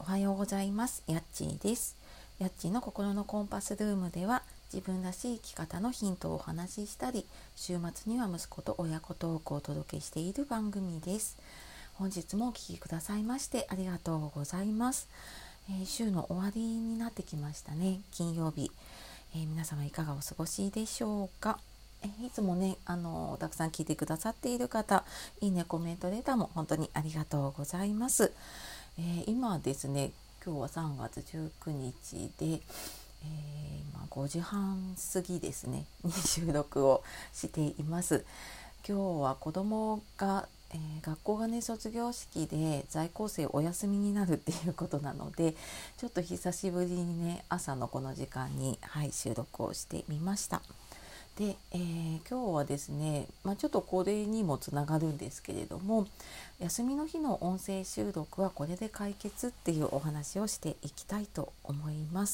おはようございます。やっちーです。やっちーの心のコンパスルームでは、自分らしい生き方のヒントをお話ししたり、週末には息子と親子トークをお届けしている番組です。本日もお聞きくださいましてありがとうございます。週の終わりになってきましたね。金曜日、皆様いかがお過ごしでしょうか。いつもね、たくさん聞いてくださっている方、いいね、コメント、レターも本当にありがとうございます。今ですね、今日は3月19日で、今5時半過ぎですねに収録をしています。今日は子供が、学校がね卒業式で在校生お休みになるっていうことなので、ちょっと久しぶりにね朝のこの時間に、収録をしてみました。で、今日はですね、ちょっとこれにもつながるんですけれども、休みの日の音声収録はこれで解決っていうお話をしていきたいと思います。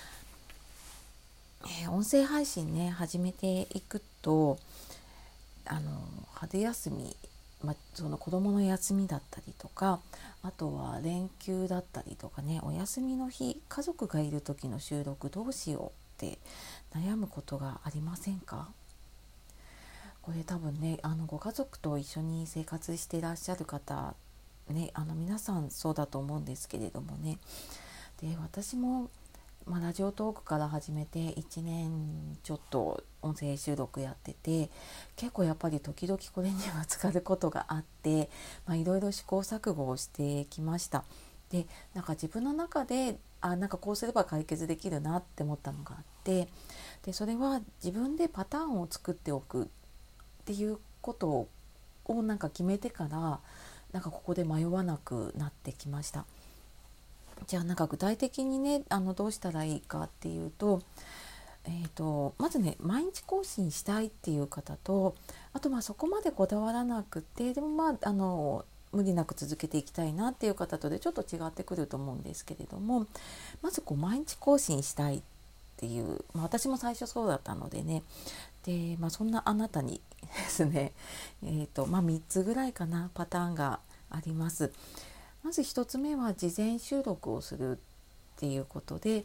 音声配信ね始めていくと、春休み、その子どもの休みだったりとか、あとは連休だったりとかね、お休みの日家族がいる時の収録どうしようって悩むことがありませんか？これ多分ね、ご家族と一緒に生活していらっしゃる方ね、皆さんそうだと思うんですけれどもね。で、私もラジオトークから始めて1年ちょっと音声収録やってて、結構やっぱり時々これには使うことがあって、いろいろ試行錯誤をしてきました。で、なんか自分の中でなんかこうすれば解決できるなって思ったのがあって、でそれは自分でパターンを作っておくっていうことをなんか決めてから、なんかここで迷わなくなってきました。じゃあなんか具体的にねどうしたらいいかっていうと、まずね毎日更新したいっていう方と、あとそこまでこだわらなくて、でも無理なく続けていきたいなっていう方とでちょっと違ってくると思うんですけれども、まず毎日更新したいっていう、私も最初そうだったのでね。で、そんなあなたにですね、3つぐらいかなパターンがあります。まず1つ目は事前収録をするっていうことで、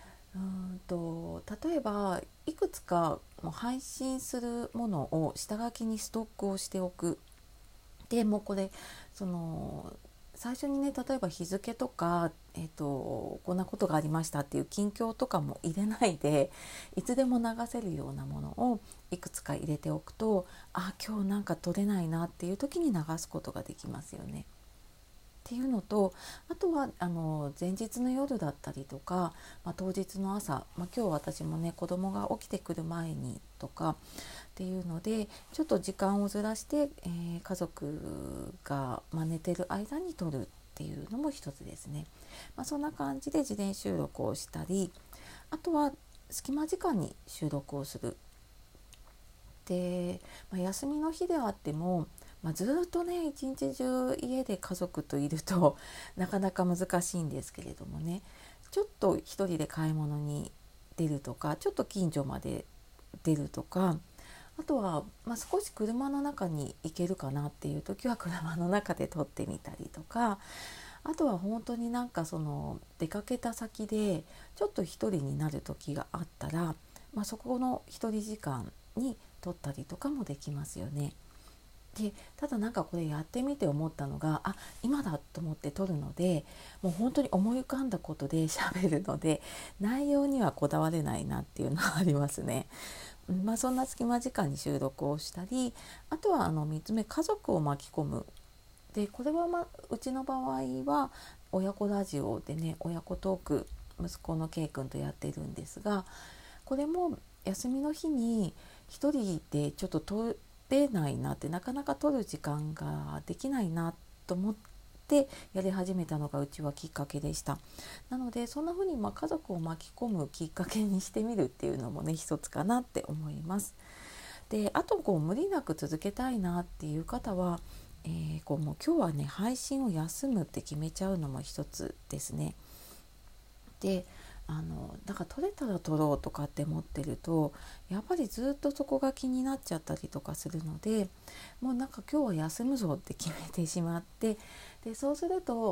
例えばいくつか配信するものを下書きにストックをしておく。でもうこれ最初にね、例えば日付とか、こんなことがありましたっていう近況とかも入れないで、いつでも流せるようなものをいくつか入れておくと、今日なんか撮れないなっていう時に流すことができますよね。っていうのと、あとは前日の夜だったりとか、当日の朝、今日私もね子供が起きてくる前にとかっていうので、ちょっと時間をずらして、家族が寝てる間に撮るっていうのも一つですね。そんな感じで事前収録をしたり、あとは隙間時間に収録をする。で、休みの日であっても、ずっとね一日中家で家族といるとなかなか難しいんですけれどもね、ちょっと一人で買い物に出るとか、ちょっと近所まで出るとか、あとは、少し車の中に行けるかなっていう時は車の中で撮ってみたりとか、あとは本当になんか出かけた先でちょっと一人になる時があったら、そこの一人時間に撮ったりとかもできますよね。で、ただなんかこれやってみて思ったのが、今だと思って撮るので、もう本当に思い浮かんだことで喋るので、内容にはこだわれないなっていうのはありますね。そんな隙間時間に収録をしたり、あとは3つ目、家族を巻き込む。で、これはうちの場合は親子ラジオでね、親子トーク、息子の K 君とやっているんですが、これも休みの日に一人でちょっと撮れないなって、なかなか撮る時間ができないなと思ってやり始めたのがうちはきっかけでした。なのでそんな風に家族を巻き込むきっかけにしてみるっていうのもね一つかなって思います。で、あと無理なく続けたいなっていう方は、もう今日はね配信を休むって決めちゃうのも一つですね。で、だから取れたら取ろうとかって思ってると、やっぱりずっとそこが気になっちゃったりとかするので、もうなんか今日は休むぞって決めてしまって、でそうすると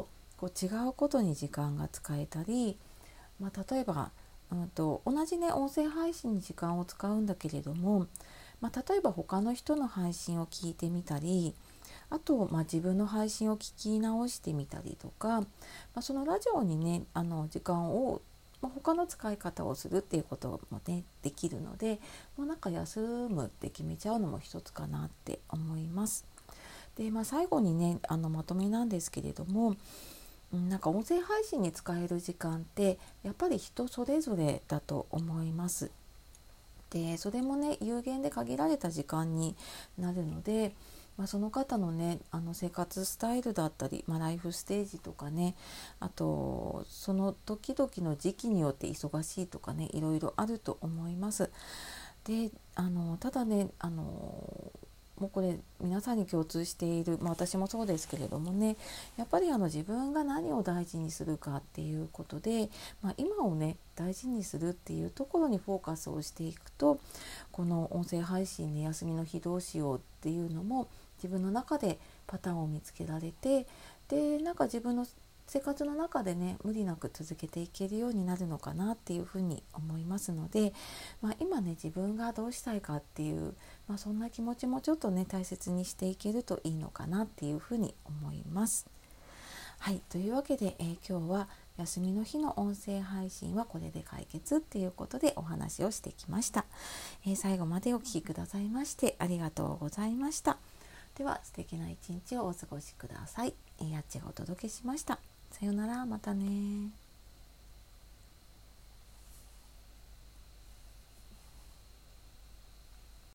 こう違うことに時間が使えたり、例えば、同じね音声配信に時間を使うんだけれども、例えば他の人の配信を聞いてみたり、あと、自分の配信を聞き直してみたりとか、そのラジオにね時間を、他の使い方をするっていうこともねできるので、もうなんか休むって決めちゃうのも一つかなって思います。で、最後にねまとめなんですけれども、なんか音声配信に使える時間ってやっぱり人それぞれだと思います。でそれもね有限で限られた時間になるので、その方のね生活スタイルだったり、ライフステージとかね、あとその時々の時期によって忙しいとかね、いろいろあると思います。でただねもうこれ皆さんに共通している、私もそうですけれどもね、やっぱり自分が何を大事にするかっていうことで、今をね大事にするっていうところにフォーカスをしていくと、この音声配信で休みの日どうしようっていうのも自分の中でパターンを見つけられて、でなんか自分の生活の中でね無理なく続けていけるようになるのかなっていうふうに思いますので、今ね自分がどうしたいかっていう、そんな気持ちもちょっとね大切にしていけるといいのかなっていうふうに思います。はい、というわけで、今日は休みの日の音声配信はこれで解決っていうことでお話をしてきました。最後までお聞きくださいましてありがとうございました。では素敵な一日をお過ごしください。やっちがお届けしました。さようなら、またね。